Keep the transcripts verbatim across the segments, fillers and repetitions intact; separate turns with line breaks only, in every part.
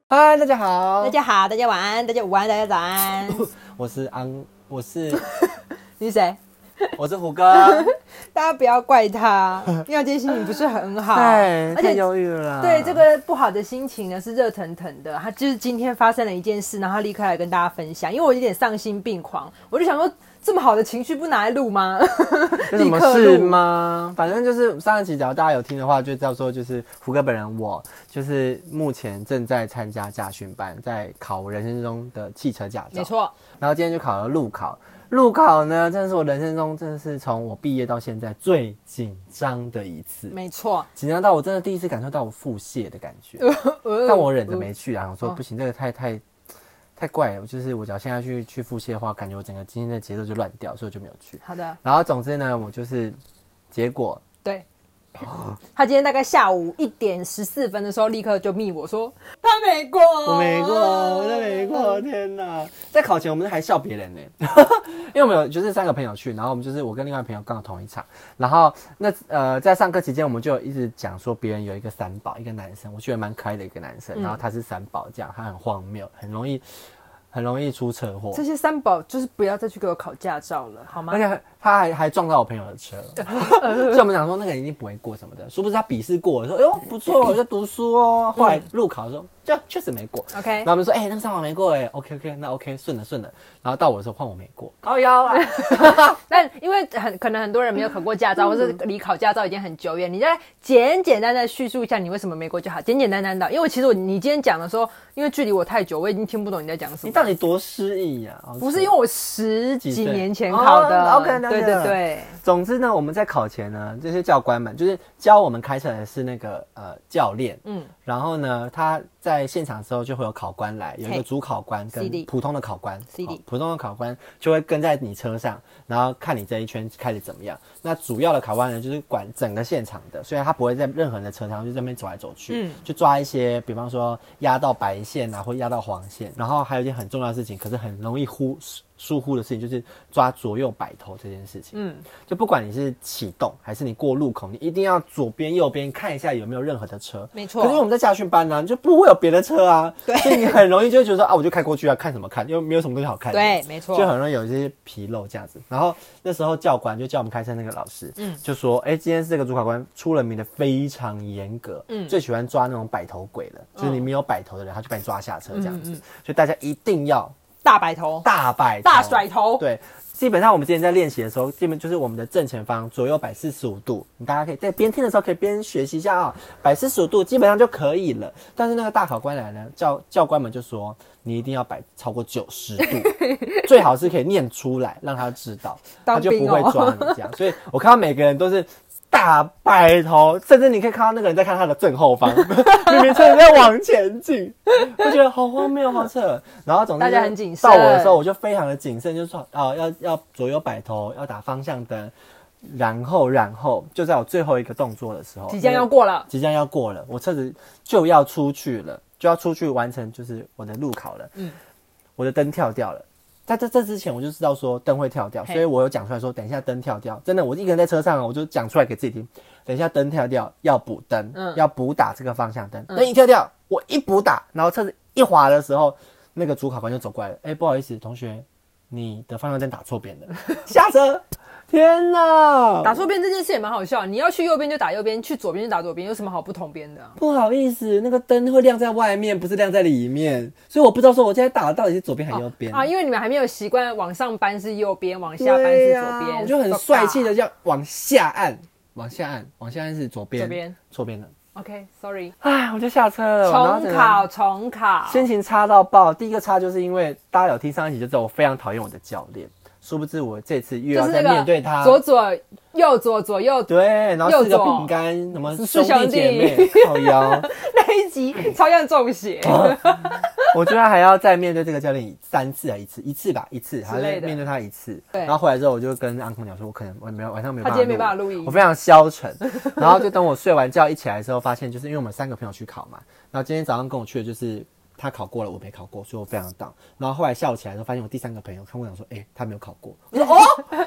嗨，大家好，
大家好，大家晚安，大家午安，大家早安。
我是安，我是
你是谁？
我是虎哥。
大家不要怪他，因为他今天心情不是很好，
对，
而且
太忧郁了。
对，这个不好的心情呢是热腾腾的。他就是今天发生了一件事，然后他立刻来跟大家分享。因为我有点丧心病狂，我就想说，这么好的情绪不拿来录吗？
有什么事吗？反正就是上一期，只要大家有听的话，就叫做就是虎哥本人，我就是目前正在参加驾训班，在考我人生中的汽车驾照。
没错。
然后今天就考了路考。路考呢，真的是我人生中真的是从我毕业到现在最紧张的一次。
没错，
紧张到我真的第一次感受到我腹泻的感觉，但我忍着没去啊。我说不行，这个太太太怪了，就是我只要现在去去腹泻的话，感觉我整个今天的节奏就乱掉，所以我就没有去。
好的。
然后总之呢，我就是结果
对。他今天大概下午一点十四分的时候，立刻就密我说他没过，
我没过，我真没过，天哪！在考前我们还笑别人呢，因为我们有就是三个朋友去，然后我们就是我跟另外朋友刚好同一场，然后那呃在上课期间我们就一直讲说别人有一个三宝，一个男生，我觉得蛮可爱的一个男生，然后他是三宝，这样他很荒谬，很容易。很容易出车祸。
这些三宝就是不要再去给我考驾照了，好吗？
而且他还还撞到我朋友的车，所以我们想说那个一定不会过什么的。殊不知他笔试过了，说哎呦不错，我在读书哦。后来路考的时候就确实没过。
OK，
然后我们说哎、欸、那个三宝没过哎 ，OK OK， 那 OK 顺了顺了。然后到我的时候换我没过，靠腰啊。
但因为很可能很多人没有考过驾照，或是离考驾照已经很久远，你再简简单单叙述一下你为什么没过就好，简简单单的。因为其实我你今天讲的时候，因为距离我太久，我已经听不懂你在讲什么。
你到底多失忆呀、啊？
不是因为我十几年前考的、
哦、，OK，
对对对。
总之呢，我们在考前呢，这些教官们就是教我们开车的是那个呃教练，嗯，然后呢，他在现场的时候就会有考官来，有一个主考官跟普通的考官
，C D，
普通的考官就会跟在你车上，然后看你这一圈开得怎么样。那主要的考官呢，就是管整个现场的，所以他不会在任何人的车上就在那边走来走去，嗯，就抓一些，比方说压到白线啊，或压到黄线。然后还有一件很重要的事情，可是很容易忽疏忽的事情，就是抓左右摆头这件事情。嗯，就不管你是启动还是你过路口，你一定要左边右边看一下有没有任何的车。
没错。
可是因为我们在驾训班呢、啊，就不会有别的车啊，对，所以你很容易就会觉得说啊，我就开过去啊，看什么看，因为没有什么东西好看的。
对，没错。
就很容易有一些纰漏这样子。然后那时候教官就教我们开车那个老师，嗯，就说，哎、欸，今天这个主考官出了名的非常严格，嗯，最喜欢抓那种摆头鬼了，就是你没有摆头的人，他就把你抓下车这样子。嗯嗯嗯，所以大家一定要。
大摆头，
大摆头，
大甩头，
对，基本上我们之前在练习的时候，基本就是我们的正前方左右摆四十五度，你大家可以在边听的时候可以边学习一下啊、喔，摆四十五度基本上就可以了。但是那个大考官来呢，教教官们就说你一定要摆超过九十度，最好是可以念出来，让他知道，他就不会抓你这样。所以我看到每个人都是。大摆头，甚至你可以看到那个人在看他的正后方，明明车子在往前进，我觉得好荒谬，好扯。然后总之
大家很谨慎，
到我的时候我就非常的谨慎，就是说哦要要左右摆头，要打方向灯，然后然后就在我最后一个动作的时候，
即将要过了，
即将要过了，我车子就要出去了，就要出去完成就是我的路考了，嗯，我的灯跳掉了。在这这之前我就知道说灯会跳掉，所以我有讲出来说等一下灯跳掉，真的我一个人在车上我就讲出来给自己听，等一下灯跳掉要补灯，嗯，要补打这个方向灯，灯、嗯、一跳掉我一补打，然后车子一滑的时候，那个主考官就走过来了，哎、欸，不好意思同学，你的方向灯打错边了，下车。天哪！
打错边这件事也蛮好笑，你要去右边就打右边，去左边就打左边，有什么好不同边的、啊？
不好意思，那个灯会亮在外面，不是亮在里面，所以我不知道说我现在打的到底是左边还是右边、
哦、啊，因为你们还没有习惯往上扳是右边，往下扳是左边、啊，
我就很帅气的叫往下按，往下按，往下按是左边，左边，错边了。
OK，Sorry，、okay,
哎，我就下车了，
重考，重考，
心情差到爆。第一个差就是因为大家有听上一集就知道我非常讨厌我的教练。殊不知我这次又要再面对他，
左左右左左右
对，然后四个饼干，什么兄弟姐妹，靠腰
那一集超像中邪。
我居然还要再面对这个教练三次还一次，一次吧，一次，还要面对他一次。然后回来之后，我就跟安空讲说，我可能我没有晚上没有办法录，
他今天没办法录音，
我非常消沉。然后就等我睡完觉一起来的时候，发现就是因为我们三个朋友去考嘛，然后今天早上跟我去的就是。他考过了，我没考过，所以我非常 down。然后后来下午起来的时候，发现我第三个朋友看我讲说，哎、欸，他没有考过。我说哦，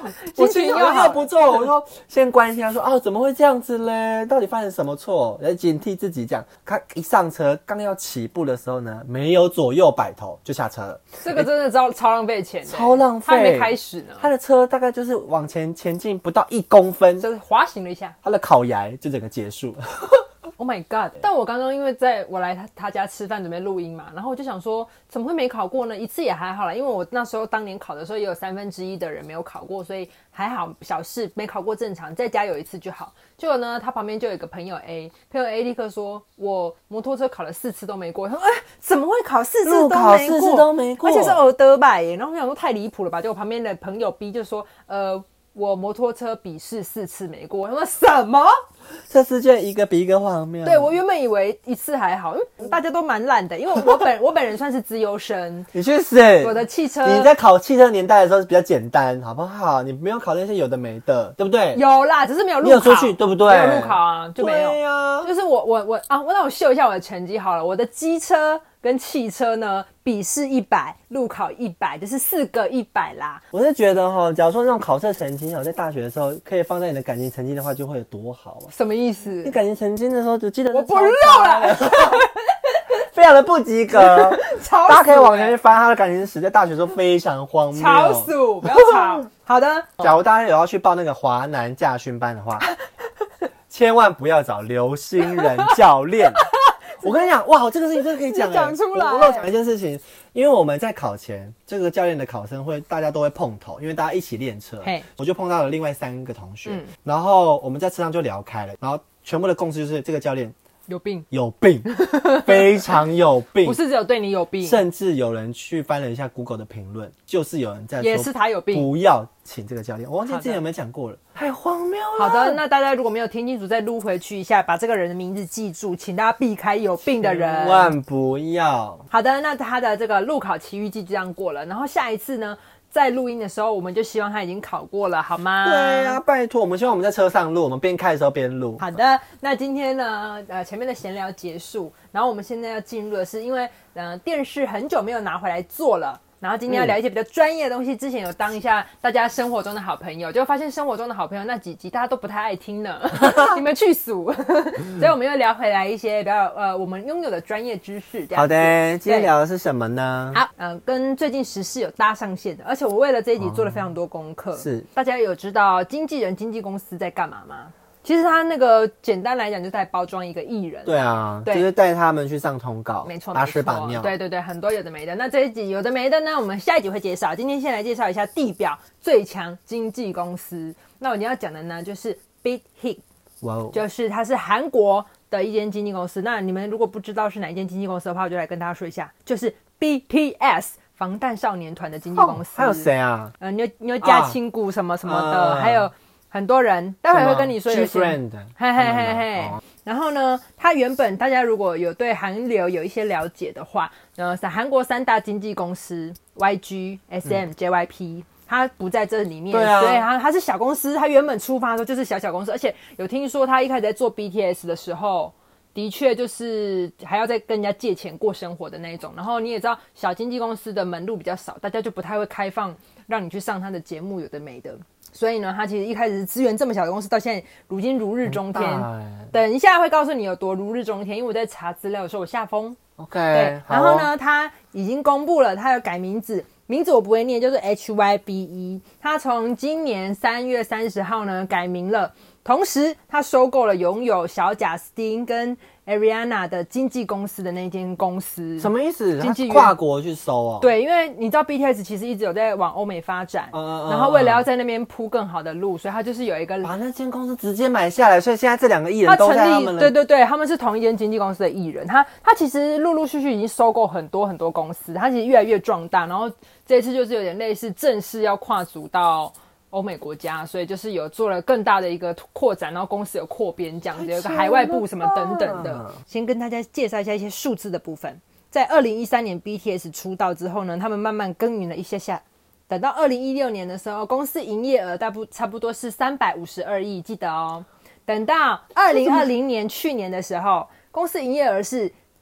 我心情又不错，我说先关心他说哦怎么会这样子嘞？到底犯了什么错？来警惕自己讲。他一上车刚要起步的时候呢，没有左右摆头就下车了。
这个真的超超浪费钱的，
超浪费。
他还没开始呢，
他的车大概就是往前前进不到一公分，
就是滑行了一下，
他的烤牙就整个结束。
Oh my god！ 但我刚刚因为在我来 他, 他家吃饭准备录音嘛，然后我就想说怎么会没考过呢？一次也还好啦，因为我那时候当年考的时候也有三分之一的人没有考过，所以还好小事，没考过正常，再加有一次就好。结果呢，他旁边就有一个朋友 A， 朋友 A 立刻说我摩托车考了四次都没过。他说哎、欸，怎么会考四次都没过？
考四次都没过，
而且是耳德吧耶。然后我想说太离谱了吧？结果旁边的朋友 B 就说呃。我摩托车笔试四次没过，他说什么？
这世界一个比一个荒谬。
对，我原本以为一次还好，因为大家都蛮烂的，因为我本我本人算是资优生。
你去死！
我的汽车，
你在考汽车年代的时候比较简单，好不好？你没有考那些有的没的，对不对？
有啦，只是没有路考，
你有出去对不对？
没有路考啊，就没有。
对啊，
就是我我我啊，那我秀一下我的成绩好了，我的机车跟汽车呢，笔试一百，路考一百，就是四个一百啦。
我是觉得哈，假如说那种考试成绩，在大学的时候可以放在你的感情成绩的话，就会有多好啊！
什么意思？
你感情成绩的时候就记得
我不录了，
非常的不及格。
超
大家可以往前去翻他的感情史，在大学的时候非常荒谬。
超俗，不要吵。好的，
假如大家有要去报那个华南驾训班的话，千万不要找刘星仁教练。我跟你讲，哇，这个事情真的可以讲哎，
讲出来。
我漏讲一件事情，因为我们在考前，这个教练的考生会，大家都会碰头，因为大家一起练车。我就碰到了另外三个同学，嗯、然后我们在车上就聊开了，然后全部的共识就是这个教练
有病，
有病，非常有病，
不是只有对你有病，
甚至有人去翻了一下 Google 的评论，就是有人在说
也是他有病，
不要请这个教练。我忘记之前有没有讲过了，太荒谬了。
好的，那大家如果没有听清楚，再录回去一下，把这个人的名字记住，请大家避开有病的人，
千万不要。
好的，那他的这个路考奇遇记就这样过了，然后下一次呢？在录音的时候，我们就希望他已经考过了，好吗？
对啊，拜托，我们希望我们在车上录，我们边开的时候边录。
好的，那今天呢，呃，前面的闲聊结束，然后我们现在要进入的是，因为呃电视很久没有拿回来做了。然后今天要聊一些比较专业的东西，之前有当一下大家生活中的好朋友，就发现生活中的好朋友那几集大家都不太爱听呢，你们去数。所以我们又聊回来一些比较呃我们拥有的专业知识。这样子。
好的，今天聊的是什么呢？
好，呃，跟最近时事有搭上线的，而且我为了这一集做了非常多功课。哦、
是，
大家有知道经纪人、经纪公司在干嘛吗？其实他那个简单来讲，就是在包装一个艺人。
对啊，对，就是带他们去上通告，
没错，
把屎把尿。
对对对，很多有的没的。那这一集有的没的呢，我们下一集会介绍。今天先来介绍一下地表最强经纪公司。那我今天要讲的呢，就是 Big Hit， 哇哦，就是它是韩国的一间经纪公司。那你们如果不知道是哪一间经纪公司的话，我就来跟大家说一下，就是 B T S。防弹少年团的经纪公司。
哦、还有谁啊？
呃，妞妞嘉亲谷什么什么的，啊、还有。很多人待会会跟你说有些，嘿嘿嘿嘿。然后呢，他原本大家如果有对韩流有一些了解的话，呃，韩国三大经纪公司 Y G、S M、J Y P， 它不在这里面，
对啊、
所以它它是小公司。它原本出发的时候就是小小公司，而且有听说他一开始在做 B T S 的时候。的确就是还要再跟人家借钱过生活的那一种，然后你也知道小经纪公司的门路比较少，大家就不太会开放让你去上他的节目，有的没的。所以呢，他其实一开始是资源这么小的公司，到现在如今如日中天。等一下会告诉你有多如日中天，因为我在查资料的时候我下风。
OK，
对，然后呢，
哦、
他已经公布了，他要改名字。名字我不会念，就是 H Y B E。他从今年三月三十号呢改名了，同时他收购了拥有小贾斯汀跟 Ariana 的经纪公司的那间公司。
什么意思？他跨国去收哦？
对，因为你知道 B T S 其实一直有在往欧美发展，嗯、然后为了要在那边铺更好的路，所以他就是有一个
把那间公司直接买下来，所以现在这两个艺人都在他们了。
对对对，他们是同一间经纪公司的艺人。他他其实陆陆续续已经收购很多很多公司，他其实越来越壮大，然后这一次就是有点类似正式要跨足到欧美国家，所以就是有做了更大的一个扩展，然后公司有扩编这样子，有个海外部什么等等的。先跟大家介绍一下一些数字的部分。在二零一三年 B T S 出道之后呢，他们慢慢耕耘了一下下，等到二零一六年的时候，公司营业额大不差不多是三百五十二亿，记得哦。等到二零二零年去年的时候，公司营业额是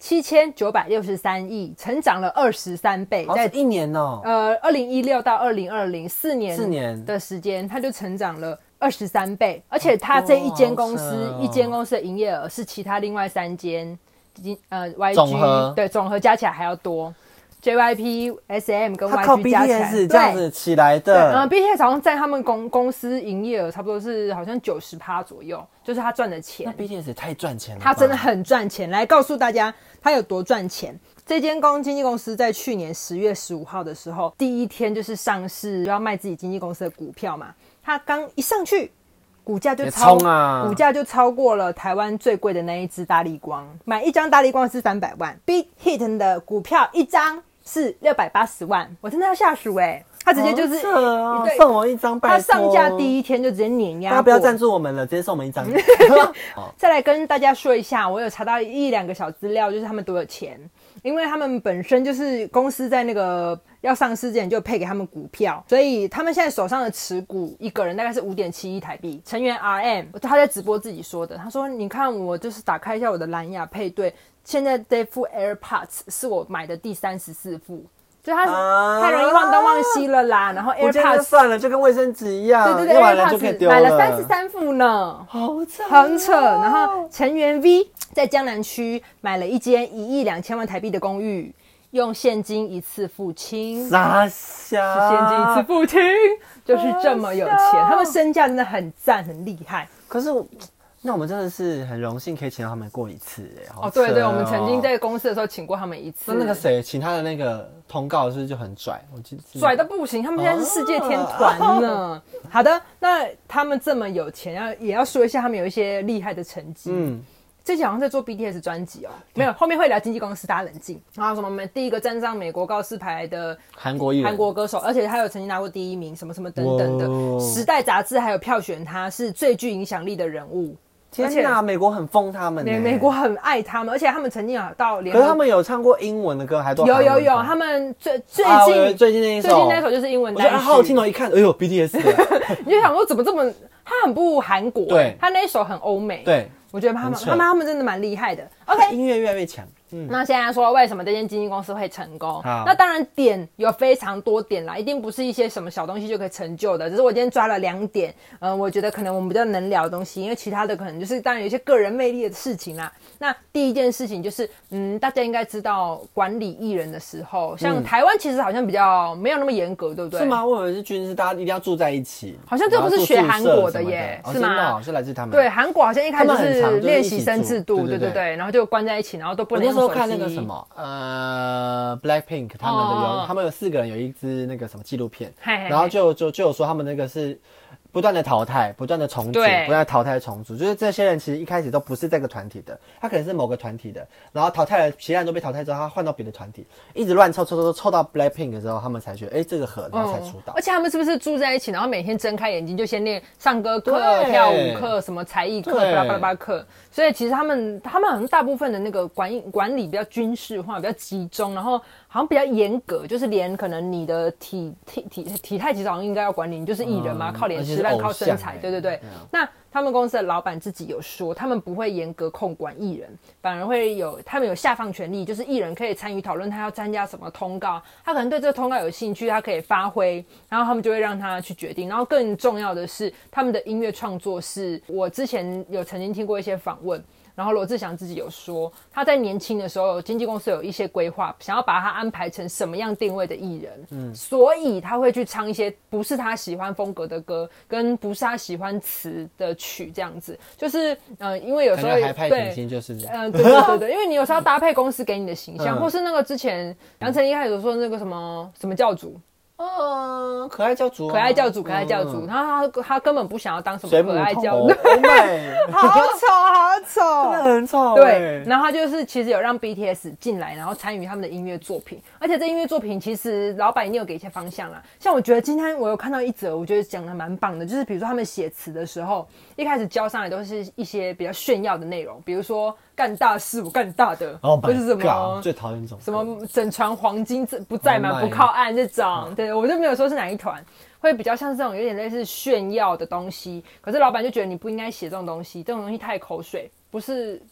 七千九百六十三亿，成长了二十三倍，
在一年哦，
呃，二零一六到二零二零四年
四年
的时间，它就成长了二十三倍，而且它这一间公司、哦、一间公司的营业额是其他另外三间呃 Y G
总和
对总和加起来还要多。J Y P、S M 跟 Y G 加起来，
它靠 B T S 这样子起来的。
对，嗯 ，B T S 好像在他们公公司营业额差不多是好像九十趴左右，就是他赚的钱。
那 B T S 也太赚钱了，
他真的很赚钱。来告诉大家，他有多赚钱。这间公经纪公司在去年十月十五号的时候，第一天就是上市，就要卖自己经纪公司的股票嘛。他刚一上去，股价就超，
啊、
股价就超过了台湾最贵的那一支大立光，买一张大立光是三百万 ，Big Hit 的股票一张是六百八十万，我真的要下属哎、欸！他直接就是、
哦、送我一张，
他上架第一天就直接碾压，
大家不要赞助我们了，直接送我们一张。
再来跟大家说一下，我有查到一两个小资料，就是他们多有钱，因为他们本身就是公司在那个要上市之前就配给他们股票，所以他们现在手上的持股一个人大概是 五点七亿台币。成员 R M 他在直播自己说的，他说你看我就是打开一下我的蓝牙配对，现在这副 AirPods 是我买的第三十四副，就他太容易忘东忘西了啦。然后 AirPods
算了，就跟卫生纸一样，
对对对，
用完了就可以丢了。
买了三十三副呢，
好扯，
很扯。然后成员 V 在江南区买了一间一亿两千万台币的公寓，用现金一次付清。
傻笑，
是现金一次付清，就是这么有钱。他们身价真的很赞，很厉害。
可是那我们真的是很荣幸可以请到他们过一次哎、
哦，哦对对，我们曾经在公司的时候请过他们一次。
那那个谁请他的那个通告是不是就很拽？我记得
拽的不行，他们现在是世界天团呢。哦、好的，那他们这么有钱，要也要说一下他们有一些厉害的成绩。嗯，这期好像在做 B T S 专辑哦，没有，后面会聊经纪公司，大家冷静。然后什么我们第一个站上美国告示牌的
韩国艺人、
韩国歌手，而且他有曾经拿过第一名，什么什么等等的。时代杂志还有票选他是最具影响力的人物。
天哪，美国很疯他们、欸，
美国很爱他们，而且他们曾经有到联，
可是他们有唱过英文的歌，还都
有有有，他们最最近、
啊、最近那一首，
最近那首就是英文单曲，
我觉得好好听哦，一看，哎呦 B T S，
你就想说怎么这么，他很不韩国，
对，
他那一首很欧美，
对，
我觉得他们他们他们真的蛮厉害的。OK，
音乐越来越强。
嗯、那现在说为什么这间经纪公司会成功？那当然点有非常多点啦，一定不是一些什么小东西就可以成就的。只是我今天抓了两点，嗯、呃，我觉得可能我们比较能聊的东西，因为其他的可能就是当然有一些个人魅力的事情啦。那第一件事情就是，嗯，大家应该知道管理艺人的时候，像台湾其实好像比较没有那么严格，对不对？
是吗？我以为是军事，大家一定要住在一起。
好像这不是学韩国的耶，
的
是吗？
哦，是来自他们。
对，韩国好像一开始是练习生制度，对对对，然后就关在一起，然后都不能用手机。
我那时候看那个什么。呃 ，Blackpink 他们的有， oh. 他们有四个人有一支那个什么纪录片，
hey, hey, hey.
然后就就就有说他们那个是不断的淘汰，不断的重组，不断的淘汰重组，就是这些人其实一开始都不是这个团体的，他可能是某个团体的，然后淘汰了，其他人都被淘汰之后，他换到别的团体，一直乱凑凑凑凑到 Blackpink 的时候，他们才觉得，哎、欸，这个合，然后才出道、嗯。
而且他们是不是住在一起，然后每天睁开眼睛就先练唱歌课、跳舞课、什么才艺课、巴拉巴拉巴拉课？所以其实他们他们好像大部分的那个管管理比较军事化，比较集中，然后好像比较严格，就是连可能你的体体体体态其实好像应该要管理，你就是艺人嘛，嗯、靠脸吃饭，靠身材，对对对。嗯、那他们公司的老板自己有说，他们不会严格控管艺人，反而会有他们有下放权利，就是艺人可以参与讨论他要参加什么通告，他可能对这个通告有兴趣，他可以发挥，然后他们就会让他去决定。然后更重要的是，他们的音乐创作是，我之前有曾经听过一些访问。然后罗志祥自己有说，他在年轻的时候，经纪公司有一些规划，想要把他安排成什么样定位的艺人，嗯，所以他会去唱一些不是他喜欢风格的歌，跟不是他喜欢词的曲，这样子，就是呃，因为有时候
海派甜心就是这样，
嗯、呃，对对对对，因为你有时候要搭配公司给你的形象，嗯、或是那个之前杨丞琳一开始说那个什么什么教主。
嗯，可爱教主、啊，
可爱教主，可爱教主，然后、嗯、他他根本不想要当什么可爱教主，好丑，好丑，
真的很丑。
对，然后他就是其实有让 B T S 进来，然后参与他们的音乐作品，而且这音乐作品其实老板一定有给一些方向啦。像我觉得今天我有看到一则，我觉得讲的蛮棒的，就是比如说他们写词的时候，一开始交上来都是一些比较炫耀的内容，比如说干大事我干大的，或、
oh
是什么
最讨厌这种
什么整船黄金不在嘛、oh、不靠岸这种，对。我就没有说是哪一团，会比较像是这种有点类似炫耀的东西。可是老板就觉得你不应该写这种东西，这种东西太口水，不是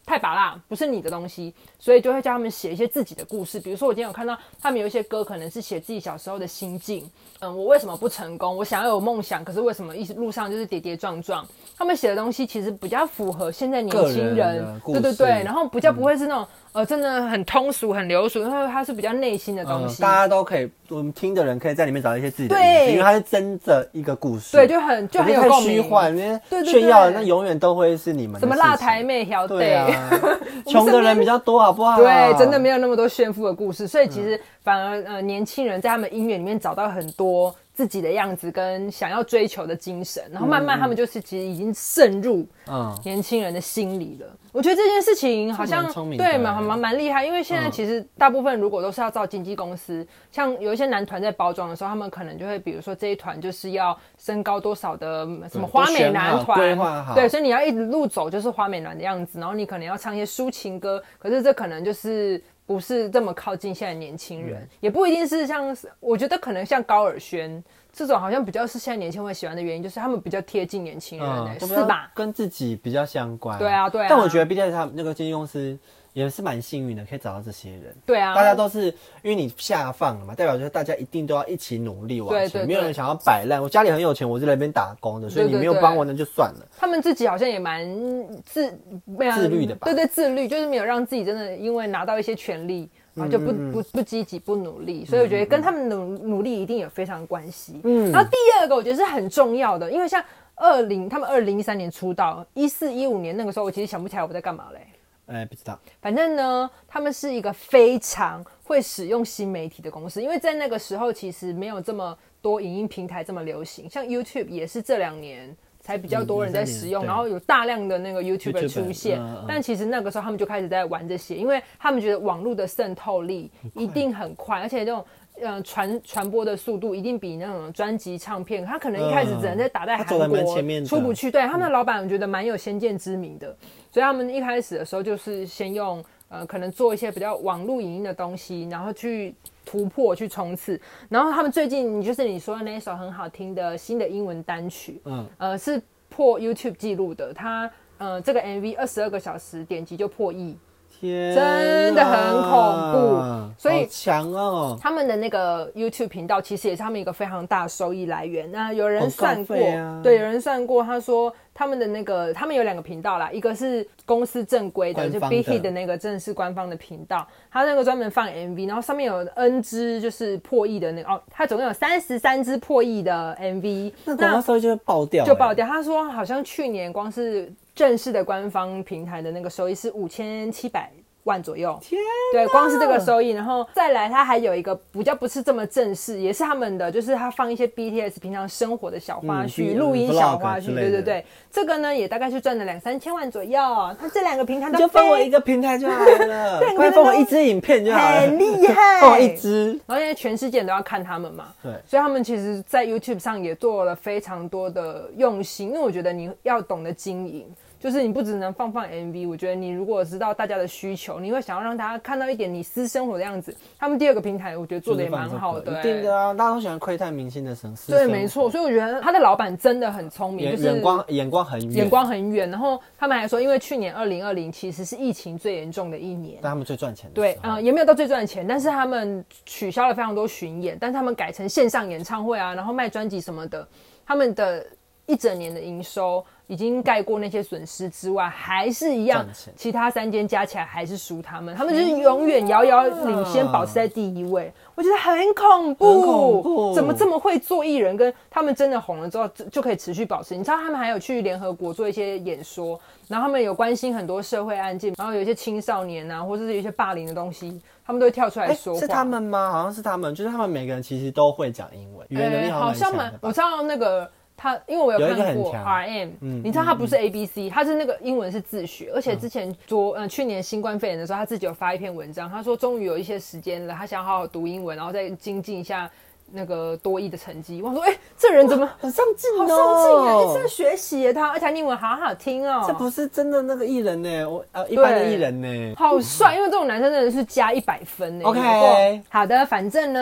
太拔辣，不是你的东西，所以就会叫他们写一些自己的故事。比如说我今天有看到他们有一些歌可能是写自己小时候的心境，嗯，我为什么不成功，我想要有梦想，可是为什么一路上就是跌跌撞撞。他们写的东西其实比较符合现在年轻人，对对对，然后比较不会是那种、嗯、呃真的很通俗很流俗，因为它是比较内心的东西、
嗯、大家都可以，我们听的人可以在里面找到一些自己的意思，因为它是真的一一个故事，
对，就很就很有共鸣。
虚幻，因为炫耀的那永远都会是你们的
什么辣台妹条
对啊，穷的人比较多，好不好？
对，真的没有那么多炫富的故事，所以其实反而、呃、年轻人在他们音乐里面找到很多自己的样子跟想要追求的精神，然后慢慢他们就是其实已经渗入年轻人的心里了。我觉得这件事情好像对蛮蛮蛮厉害，因为现在其实大部分如果都是要照经纪公司，像有一些男团在包装的时候，他们可能就会比如说这一团就是要身高多少的什么花美男团，对，所以你要一路走就是花美男的样子，然后你可能要唱一些抒情歌，可是这可能就是不是这么靠近现在的年轻人、嗯、也不一定是像我觉得可能像高尔宣这种好像比较是现在年轻人会喜欢的原因，就是他们比较贴近年轻人、欸嗯、是吧？
跟自己比较相关。
对啊，对啊。
但我觉得 B T S 他们那个经纪公司也是蛮幸运的，可以找到这些人。
对啊，
大家都是因为你下放了嘛，代表就是大家一定都要一起努力往前，对对对，没有人想要摆烂。我家里很有钱，我在那边打工的，所以你没有帮我那就算了。
他们自己好像也蛮自
自律的吧？
对对，自律就是没有让自己真的因为拿到一些权利。然后就不不不积极不努力，所以我觉得跟他们的努力一定有非常关系。嗯，然后第二个我觉得是很重要的，因为像二零他们二零一三年出道，一四一五年那个时候，我其实想不起来我在干嘛嘞。
哎、欸，不知道。
反正呢，他们是一个非常会使用新媒体的公司，因为在那个时候其实没有这么多影音平台这么流行，像 YouTube 也是这两年。才比较多人在使用，然后有大量的那个 YouTuber 出现、嗯嗯、但其实那个时候他们就开始在玩这些，因为他们觉得网络的渗透力一定很快，而且这种呃传传播的速度一定比那种专辑唱片，他可能一开始只能在打在韩国、嗯、出不去，对，他们的老板我觉得蛮有先见之明的，所以他们一开始的时候就是先用呃可能做一些比较网络影音的东西，然后去突破去冲刺，然后他们最近就是你说的那一首很好听的新的英文单曲，嗯，呃是破 YouTube 记录的，它呃这个 M V 二十二个小时点击就破亿，
天，
真的很恐怖，所以
好强哦！
他们的那个 YouTube 频道其实也是他们一个非常大的收益来源。那有人算过，啊、对，有人算过，他说他们的那个他们有两个频道啦，一个是公司正规的，就 Big Hit 的那个正式官方的频道，他那个专门放 M V， 然后上面有 N 支就是破亿的那个哦，他总共有三十三支破亿的 M V，
那广告收益就会爆掉、欸，
就爆掉。他说好像去年光是正式的官方平台的那个收益是五千七百万左右，
天，
对，光是这个收益，然后再来，它还有一个比较不是这么正式，也是他们的，就是他放一些 B T S 平常生活的小花絮、录、嗯、音小花絮，对对对，这个呢也大概是赚了两三千万左右。他这两个平台都
就分我一个平台就好了，对，快分我一支影片就好了，
很厉害，
分我一支。
然后现在全世界人都要看他们嘛，
对，
所以他们其实，在 YouTube 上也做了非常多的用心，因为我觉得你要懂得经营。就是你不只能放放 M V， 我觉得你如果知道大家的需求，你会想要让大家看到一点你私生活的样子。他们第二个平台我觉得做的也蛮好的、欸，
一定的啊，大家都喜欢窥探明星的生活。
对，没错，所以我觉得他的老板真的很聪明，就是
眼光眼光很远，
眼光很远。然后他们还说，因为去年二零二零其实是疫情最严重的一年，
但他们最赚钱的。
对，嗯、呃，也没有到最赚钱，但是他们取消了非常多巡演，但是他们改成线上演唱会啊，然后卖专辑什么的，他们的一整年的营收已经盖过那些损失之外，还是一样，其他三间加起来还是输他们，他们就是永远遥遥领先，保持在第一位。我觉得很恐怖，
很恐怖，
怎么这么会做艺人？跟他们真的红了之后就可以持续保持。你知道他们还有去联合国做一些演说，然后他们有关心很多社会案件，然后有一些青少年啊，或者是有一些霸凌的东西，他们都会跳出来说话。
是他们吗？好像是他们，就是他们每个人其实都会讲英文，语言能力好像蛮强的吧。
我知道那个。他因为我有看过 R M， 嗯，你知道他不是 A B C， 他是那个英文是自学，而且之前昨呃去年新冠肺炎的时候，他自己有发一篇文章，他说终于有一些时间了，他想好好读英文，然后再精进一下那个多益的成绩。我说，哎、欸，这人怎么
很上进哦，
好上进啊，一直在学习耶他，而且他英文好好听哦。
这不是真的那个艺人呢，我呃一般的艺人呢，
好帅，因为这种男生真的是加一百分呢。
OK，
好的，反正呢。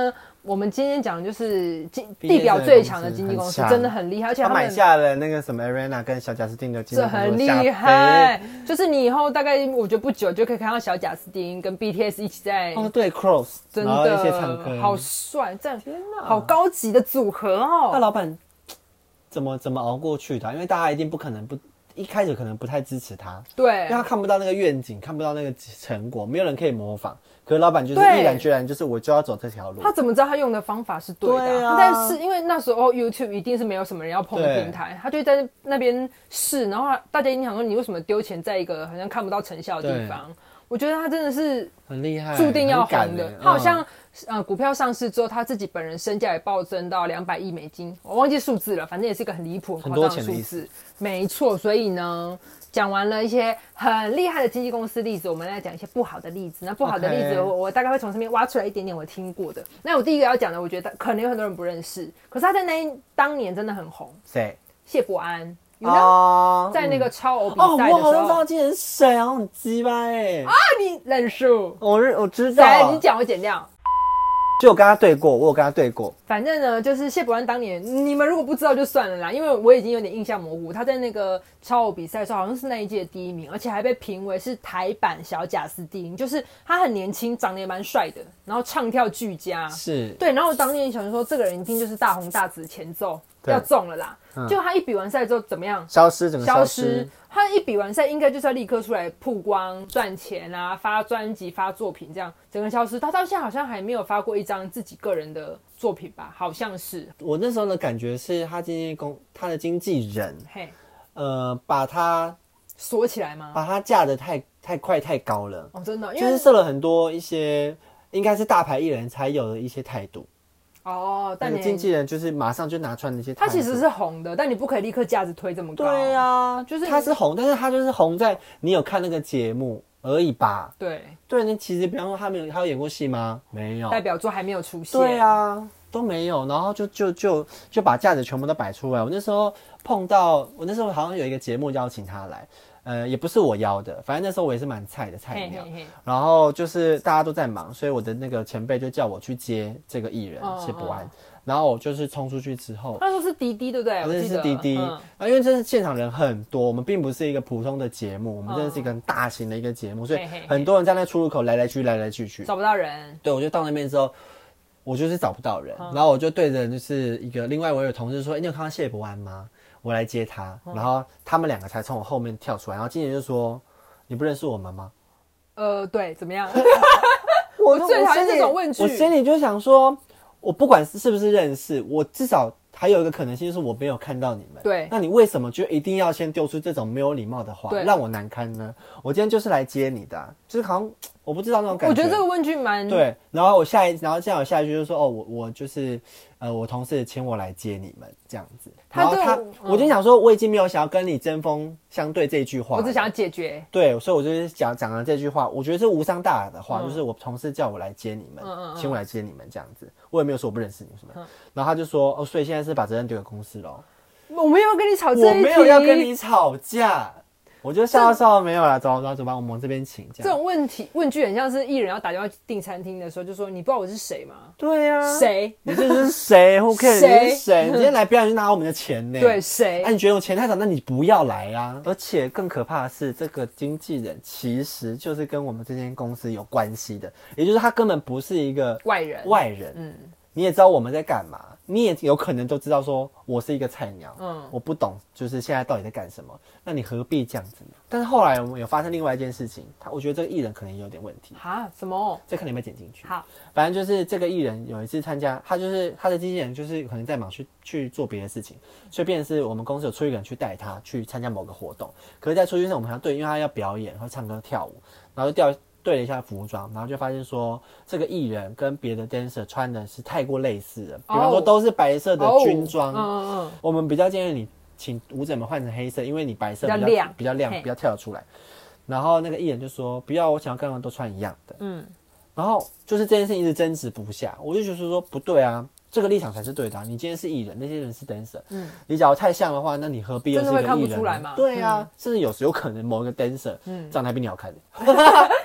我们今天讲的就是地表最强的经纪公司，真的很厉害，而且他
们买下了那个什么 Ariana 跟小贾斯汀的经纪公司，
这很厉害。就是你以后大概我觉得不久就可以看到小贾斯汀跟 B T S 一起在
哦对 Cross，
真
的一些唱歌，
好帅，这样好高级的组合哦。
那老板怎么怎么熬过去的、啊？因为大家一定不可能不。一开始可能不太支持他，
对，
因为他看不到那个愿景，看不到那个成果，没有人可以模仿。可是老板就是毅然决然，就是我就要走这条路。
他怎么知道他用的方法是对的、啊？对啊、但是因为那时候 YouTube 一定是没有什么人要碰的平台，他就在那边试，然后大家一定想说你为什么丢钱在一个好像看不到成效的地方？我觉得他真的是
很厉害，
注定要红的。
欸、
他好像、嗯、呃股票上市之后，他自己本人身价也暴增到两百亿美金，我忘记数字了，反正也是一个很离谱、很夸张的数字。没错，所以呢。讲完了一些很厉害的经纪公司例子，我们来讲一些不好的例子。那不好的例子 我, 我大概会从这边挖出来一点点我听过的。那我第一个要讲的，我觉得可能有很多人不认识，可是他在那当年真的很红。
谁？
谢伯安。哦， you know? 在那个超偶比赛的时候，
哦，我好像知道今年是谁啊，很鸡掰哎！
啊，你认输？
我我知道。
你讲我剪掉。
就我跟他对过，我有跟他对过。
反正呢，就是谢伯安当年，你们如果不知道就算了啦，因为我已经有点印象模糊。他在那个超偶比赛的时候，好像是那一届第一名，而且还被评为是台版小贾斯汀，就是他很年轻，长得也蛮帅的，然后唱跳俱佳，
是
对。然后我当年想说，这个人一定就是大红大紫前奏要中了啦。嗯、结果他一比完赛之后怎么样？
消失，整个消失。
消失他一比完赛，应该就是要立刻出来曝光、赚钱啊，发专辑、发作品，这样整个消失。他到现在好像还没有发过一张自己个人的作品吧？好像是。
我那时候的感觉是他经纪公，他的经纪人，嘿，呃，把他
锁起来吗？
把他架得太太快太高了。
哦，真的，因
为就是设了很多一些应该是大牌艺人才有的一些态度。
哦，但你
经纪人就是马上就拿出来那些，
他其实是红的，但你不可以立刻价值推这么高。
对啊，就是他是红，但是他就是红在你有看那个节目而已吧？
对
对，那其实比方说他没有，他有演过戏吗？没有，
代表作还没有出现。
对啊，都没有，然后就就就就把价值全部都摆出来。我那时候碰到，我那时候好像有一个节目邀请他来。呃，也不是我邀的，反正那时候我也是蛮菜的菜鸟，然后就是大家都在忙，所以我的那个前辈就叫我去接这个艺人谢伯安，然后我就是冲出去之后，
那时候是滴滴对不对？
我记得是滴滴，嗯、啊，因为这是现场人很多，我们并不是一个普通的节目，我们真的是一个很大型的一个节目，所以很多人在那出入口来来去去来来去去，
找不到人。
对，我就到那边之后，我就是找不到人，嗯、然后我就对着就是一个另外我有同事说，哎、欸，你有看到谢伯安吗？我来接他，然后他们两个才从我后面跳出来，然后经纪人就说：“你不认识我们吗？”
呃，对，怎么样？我最讨厌这种问句。
我心里就想说，我不管是不是认识，我至少还有一个可能性就是我没有看到你们。
对，
那你为什么就一定要先丢出这种没有礼貌的话，让我难堪呢？我今天就是来接你的、啊，就是好像我不知道那种感觉。
我觉得这个问句蛮
对。然后我下一，然后这样我下一句就说：“哦，我我就是。”呃，我同事请我来接你们这样子，然后他，嗯、我就想说，我已经没有想要跟你针锋相对这一句话，
我只想要解决。
对，所以我就是讲讲了这句话，我觉得是无伤大雅的话，嗯、就是我同事叫我来接你们，嗯嗯嗯请我来接你们这样子，我也没有说我不认识你什么，嗯、然后他就说，哦，所以现在是把责任丢给公司咯。
我没有跟你吵这一题，
我没有要跟你吵架。我就笑笑没有啦，走走走吧，我们往这边请。
这种问题问句很像是艺人要打电话订餐厅的时候，就说你不知道我是谁吗？
对啊，
谁？
你这是谁 ？Who cares？ 你是谁？你今天来表演就拿我们的钱呢？
对，谁？
哎、啊，你觉得我钱太少，那你不要来啊！而且更可怕的是，这个经纪人其实就是跟我们这间公司有关系的，也就是他根本不是一个
外人。
外人，嗯。你也知道我们在干嘛，你也有可能都知道说我是一个菜鸟，嗯，我不懂就是现在到底在干什么，那你何必这样子呢？但是后来我们有发生另外一件事情，他我觉得这个艺人可能也有点问题。
哈？什么？
这可能有没有剪进去？
好，
反正就是这个艺人有一次参加，他就是他的经纪人就是可能在忙去去做别的事情，所以变成是我们公司有出一个人去带他去参加某个活动，可是在出去时我们想对，因为他要表演会唱歌跳舞，然后就掉。对了一下服装，然后就发现说这个艺人跟别的 dancer 穿的是太过类似了，比方说都是白色的军装， oh, 嗯嗯我们比较建议你请舞者们换成黑色，因为你白色比较亮，比较亮，比较跳得出来。然后那个艺人就说不要，我想要跟他们都穿一样的。嗯，然后就是这件事情一直争执不下，我就觉得说不对啊。这个立场才是对的、啊。你今天是艺人，那些人是 dancer。嗯，你假如太像的话，那你何必又是一个艺人？真的会看不出来吗？对啊，嗯、甚至有时有可能某一个 dancer， 嗯，长得还比你好看。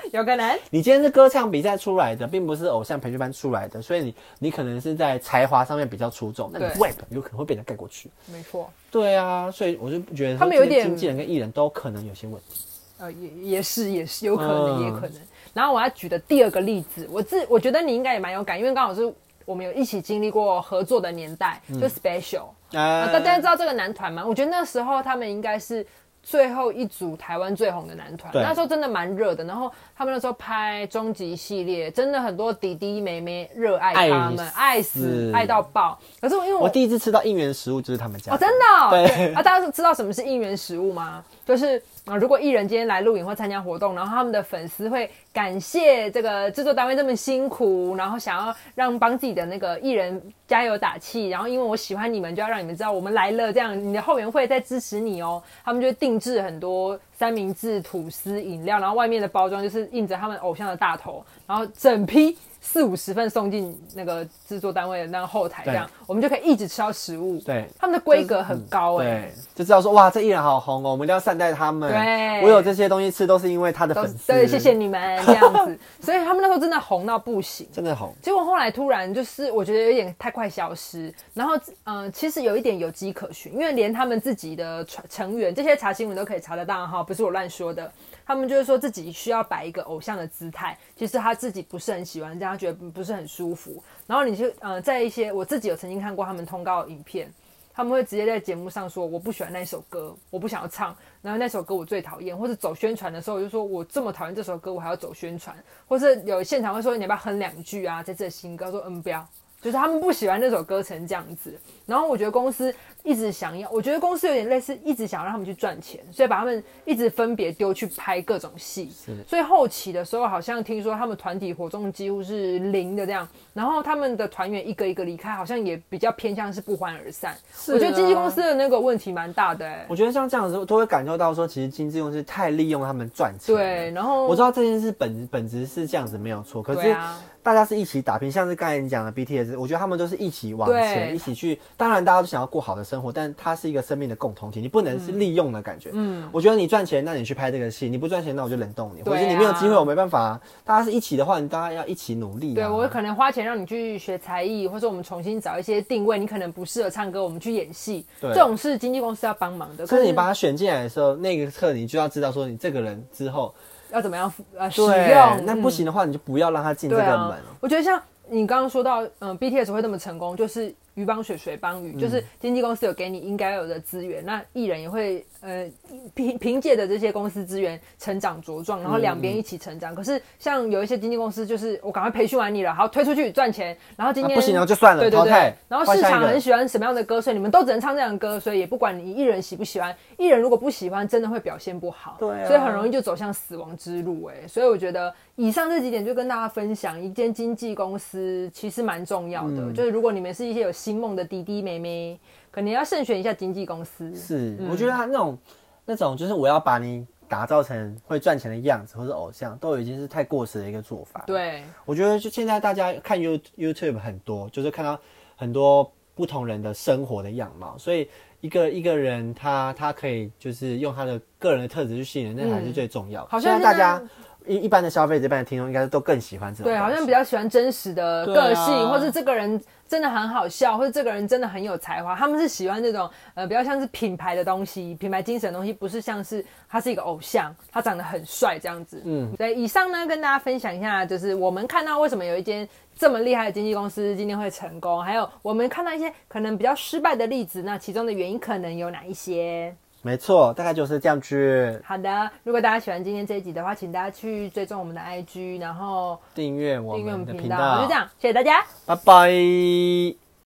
有可能。
你今天是歌唱比赛出来的，并不是偶像培训班出来的，所以你你可能是在才华上面比较出众，那你 rap 有可能会被人盖过去。
没错。
对啊，所以我就觉得
他们有点
经纪人跟艺人都可能有些问题。
呃，也也是也是有可能，
嗯、
也可能。然后我要举的第二个例子，我自我觉得你应该也蛮有感，因为刚好是我们有一起经历过合作的年代，就 Special。
哎、
啊，大家知道这个男团吗？我觉得那时候他们应该是最后一组台湾最红的男团，那时候真的蛮热的。然后他们那时候拍终极系列，真的很多弟弟妹妹热爱他们，爱死爱到爆。可是因为 我,
我第一次吃到应援食物就是他们家的，
哦，真的、哦。
对,
对啊，大家知道什么是应援食物吗？就是啊，如果艺人今天来录影或参加活动，然后他们的粉丝会感谢这个制作单位这么辛苦，然后想要让帮自己的那个艺人加油打气，然后因为我喜欢你们，就要让你们知道我们来了，这样你的后援会在支持你哦。他们就会定制很多三明治、吐司、饮料，然后外面的包装就是印着他们偶像的大头，然后整批四五十份送进那个制作单位的那个后台，这样我们就可以一直吃到食物。
对，
他们的规格很高哎、欸
嗯，对，就知道说哇，这艺人好红哦，我们一定要善待他们。
对，
我有这些东西吃都是因为他的粉丝。
对，谢谢你们这样子。所以他们那时候真的红到不行，
真的红。
结果后来突然就是我觉得有点太快消失，然后嗯、呃，其实有一点有迹可循，因为连他们自己的成员，这些查新闻都可以查得到哈，不是我乱说的。他们就是说自己需要摆一个偶像的姿态，其实他自己不是很喜欢这样，他觉得不是很舒服。然后你就呃，在一些我自己有曾经看过他们通告的影片，他们会直接在节目上说我不喜欢那首歌，我不想要唱，然后那首歌我最讨厌，或者走宣传的时候我就说我这么讨厌这首歌，我还要走宣传，或是有现场会说你要不要哼两句啊，在这的新歌，说嗯不要。就是他们不喜欢那首歌成这样子，然后我觉得公司一直想要，我觉得公司有点类似一直想让他们去赚钱，所以把他们一直分别丢去拍各种戏，所以后期的时候好像听说他们团体活动几乎是零的这样，然后他们的团员一个一个离开，好像也比较偏向是不欢而散。我觉得经纪公司的那个问题蛮大的、欸、
我觉得像这样子都会感受到说，其实经纪公司太利用他们赚钱。
对，然后
我知道这件事本本质是这样子没有错，可是大家是一起打拼，像是刚才你讲的 B T S， 我觉得他们都是一起往前，一起去。当然大家都想要过好的生活，但它是一个生命的共同体，你不能是利用的感觉。嗯，我觉得你赚钱，那你去拍这个戏；你不赚钱，那我就冷冻你，或者你没有机会，我没办法、啊。大家是一起的话，你大家要一起努力、啊。
对，我可能花钱让你去学才艺，或者我们重新找一些定位，你可能不适合唱歌，我们去演戏。这种是经纪公司要帮忙的。
可是你把他选进来的时候，那个刻你就要知道说，你这个人之后
要怎么样呃使用。
那不行的话，你就不要让他进这个门。啊、
我觉得像你刚刚说到，嗯 ，B T S 会那么成功，就是鱼帮水，水帮鱼，嗯、就是经纪公司有给你应该有的资源，那艺人也会呃凭凭借着这些公司资源成长茁壮，然后两边一起成长。嗯、可是像有一些经纪公司，就是我赶快培训完你了，好推出去赚钱，然后今天、
啊、不行了就算了，
对对对，
淘汰。
然后市场很喜欢什么样的歌，所以你们都只能唱这样的歌，所以也不管你艺人喜不喜欢，艺人如果不喜欢，真的会表现不好，
对、啊，
所以很容易就走向死亡之路、欸。哎，所以我觉得以上这几点就跟大家分享，一间经纪公司其实蛮重要的，嗯、就是如果你们是一些有星梦的弟弟妹妹，可能要慎选一下经纪公司。
是，嗯、我觉得他那种那种就是我要把你打造成会赚钱的样子，或是偶像，都已经是太过时的一个做法。
对，
我觉得就现在大家看 YouTube 很多，就是看到很多不同人的生活的样貌，所以一个一个人他他可以就是用他的个人的特质去吸引人，那才是最重要的。嗯、
好像
现在大家。一一般的消费者、一般的听众应该都更喜欢这种。
对，好像比较喜欢真实的个性，啊、或是这个人真的很好笑，或者这个人真的很有才华。他们是喜欢这种呃比较像是品牌的东西，品牌精神的东西，不是像是他是一个偶像，他长得很帅这样子。嗯，对。以上呢，跟大家分享一下，就是我们看到为什么有一间这么厉害的经纪公司今天会成功，还有我们看到一些可能比较失败的例子，那其中的原因可能有哪一些？
没错，大概就是这样子。
好的，如果大家喜欢今天这一集的话，请大家去追踪我们的 I G， 然后
订阅我们的频道。
就这样，谢谢大家，
拜拜。